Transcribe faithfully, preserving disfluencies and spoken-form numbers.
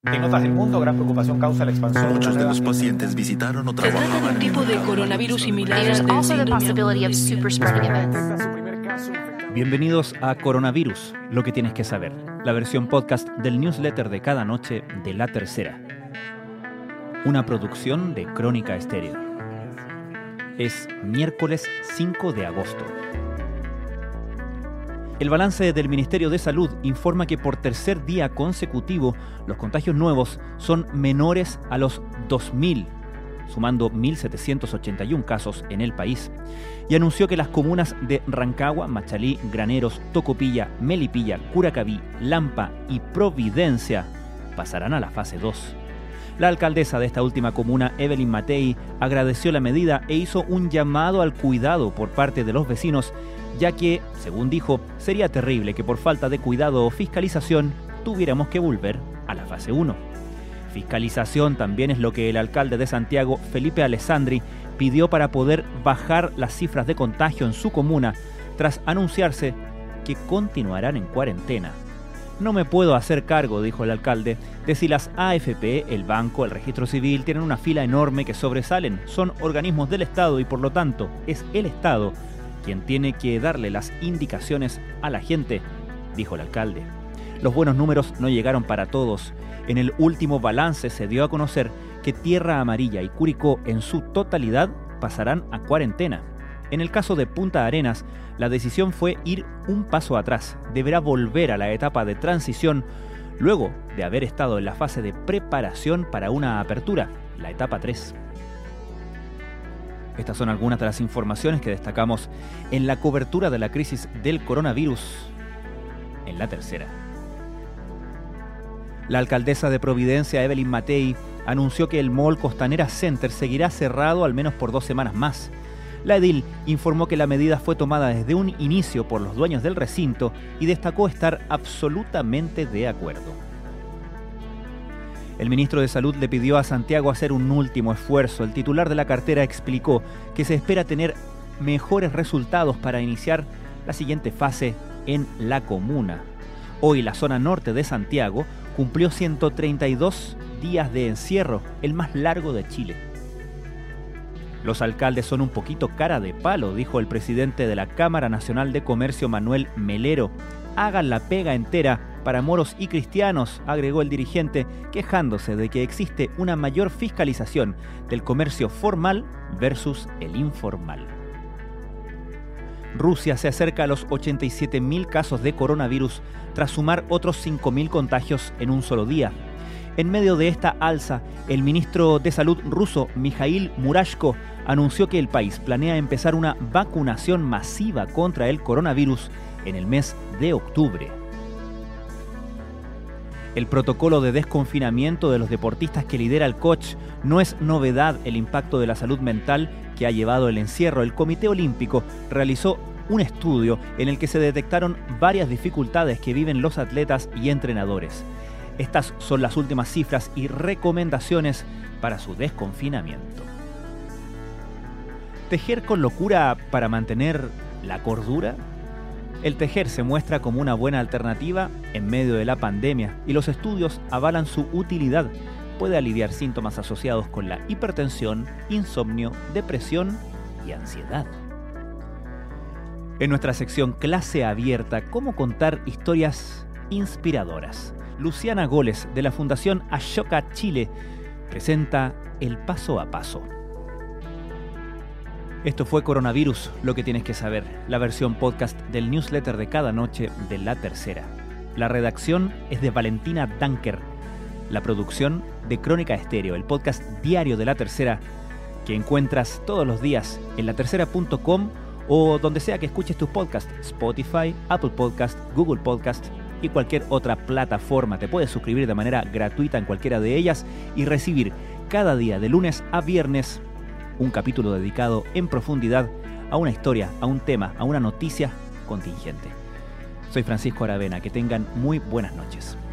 En notas del mundo, gran preocupación causa la expansión. Muchos de una los nueva... pacientes visitaron o Se trata de un trabajaban tipo en de el coronavirus similar There's al del also the síndrome possibility of agudo super de spreading events. Detecta su primer caso infectado. Bienvenidos a Coronavirus, lo que tienes que saber, la versión podcast del newsletter de cada noche de La Tercera. Una producción de Crónica Estéreo. Es miércoles cinco de agosto. El balance del Ministerio de Salud informa que por tercer día consecutivo los contagios nuevos son menores a los dos mil, sumando mil setecientos ochenta y uno casos en el país, y anunció que las comunas de Rancagua, Machalí, Graneros, Tocopilla, Melipilla, Curacaví, Lampa y Providencia pasarán a la fase dos. La alcaldesa de esta última comuna, Evelyn Matei, agradeció la medida e hizo un llamado al cuidado por parte de los vecinos, ya que, según dijo, sería terrible que por falta de cuidado o fiscalización tuviéramos que volver a la fase uno. Fiscalización también es lo que el alcalde de Santiago, Felipe Alessandri, pidió para poder bajar las cifras de contagio en su comuna, tras anunciarse que continuarán en cuarentena. No me puedo hacer cargo, dijo el alcalde, de si las A F P, el banco, el registro civil tienen una fila enorme que sobresalen. Son organismos del Estado y por lo tanto es el Estado quien tiene que darle las indicaciones a la gente, dijo el alcalde. Los buenos números no llegaron para todos. En el último balance se dio a conocer que Tierra Amarilla y Curicó en su totalidad pasarán a cuarentena. En el caso de Punta Arenas, la decisión fue ir un paso atrás. Deberá volver a la etapa de transición luego de haber estado en la fase de preparación para una apertura, la etapa tres. Estas son algunas de las informaciones que destacamos en la cobertura de la crisis del coronavirus en La Tercera. La alcaldesa de Providencia, Evelyn Matei, anunció que el Mall Costanera Center seguirá cerrado al menos por dos semanas más. La edil informó que la medida fue tomada desde un inicio por los dueños del recinto y destacó estar absolutamente de acuerdo. El ministro de Salud le pidió a Santiago hacer un último esfuerzo. El titular de la cartera explicó que se espera tener mejores resultados para iniciar la siguiente fase en la comuna. Hoy la zona norte de Santiago cumplió ciento treinta y dos días de encierro, el más largo de Chile. Los alcaldes son un poquito cara de palo, dijo el presidente de la Cámara Nacional de Comercio, Manuel Melero. Hagan la pega entera para moros y cristianos, agregó el dirigente, quejándose de que existe una mayor fiscalización del comercio formal versus el informal. Rusia se acerca a los ochenta y siete mil casos de coronavirus tras sumar otros cinco mil contagios en un solo día. En medio de esta alza, el ministro de Salud ruso, Mikhail Murashko, anunció que el país planea empezar una vacunación masiva contra el coronavirus en el mes de octubre. El protocolo de desconfinamiento de los deportistas que lidera el coach no es novedad. El impacto de la salud mental que ha llevado el encierro. El Comité Olímpico realizó un estudio en el que se detectaron varias dificultades que viven los atletas y entrenadores. Estas son las últimas cifras y recomendaciones para su desconfinamiento. ¿Tejer con locura para mantener la cordura? El tejer se muestra como una buena alternativa en medio de la pandemia y los estudios avalan su utilidad. Puede aliviar síntomas asociados con la hipertensión, insomnio, depresión y ansiedad. En nuestra sección Clase Abierta, ¿cómo contar historias inspiradoras? Luciana Goles, de la Fundación Ashoka Chile, presenta el paso a paso. Esto fue Coronavirus, lo que tienes que saber, la versión podcast del newsletter de cada noche de La Tercera. La redacción es de Valentina Danker, la producción de Crónica Estéreo, el podcast diario de La Tercera, que encuentras todos los días en la tercera punto com o donde sea que escuches tus podcasts, Spotify, Apple Podcast, Google Podcast y cualquier otra plataforma. Te puedes suscribir de manera gratuita en cualquiera de ellas y recibir cada día de lunes a viernes un capítulo dedicado en profundidad a una historia, a un tema, a una noticia contingente. Soy Francisco Aravena, que tengan muy buenas noches.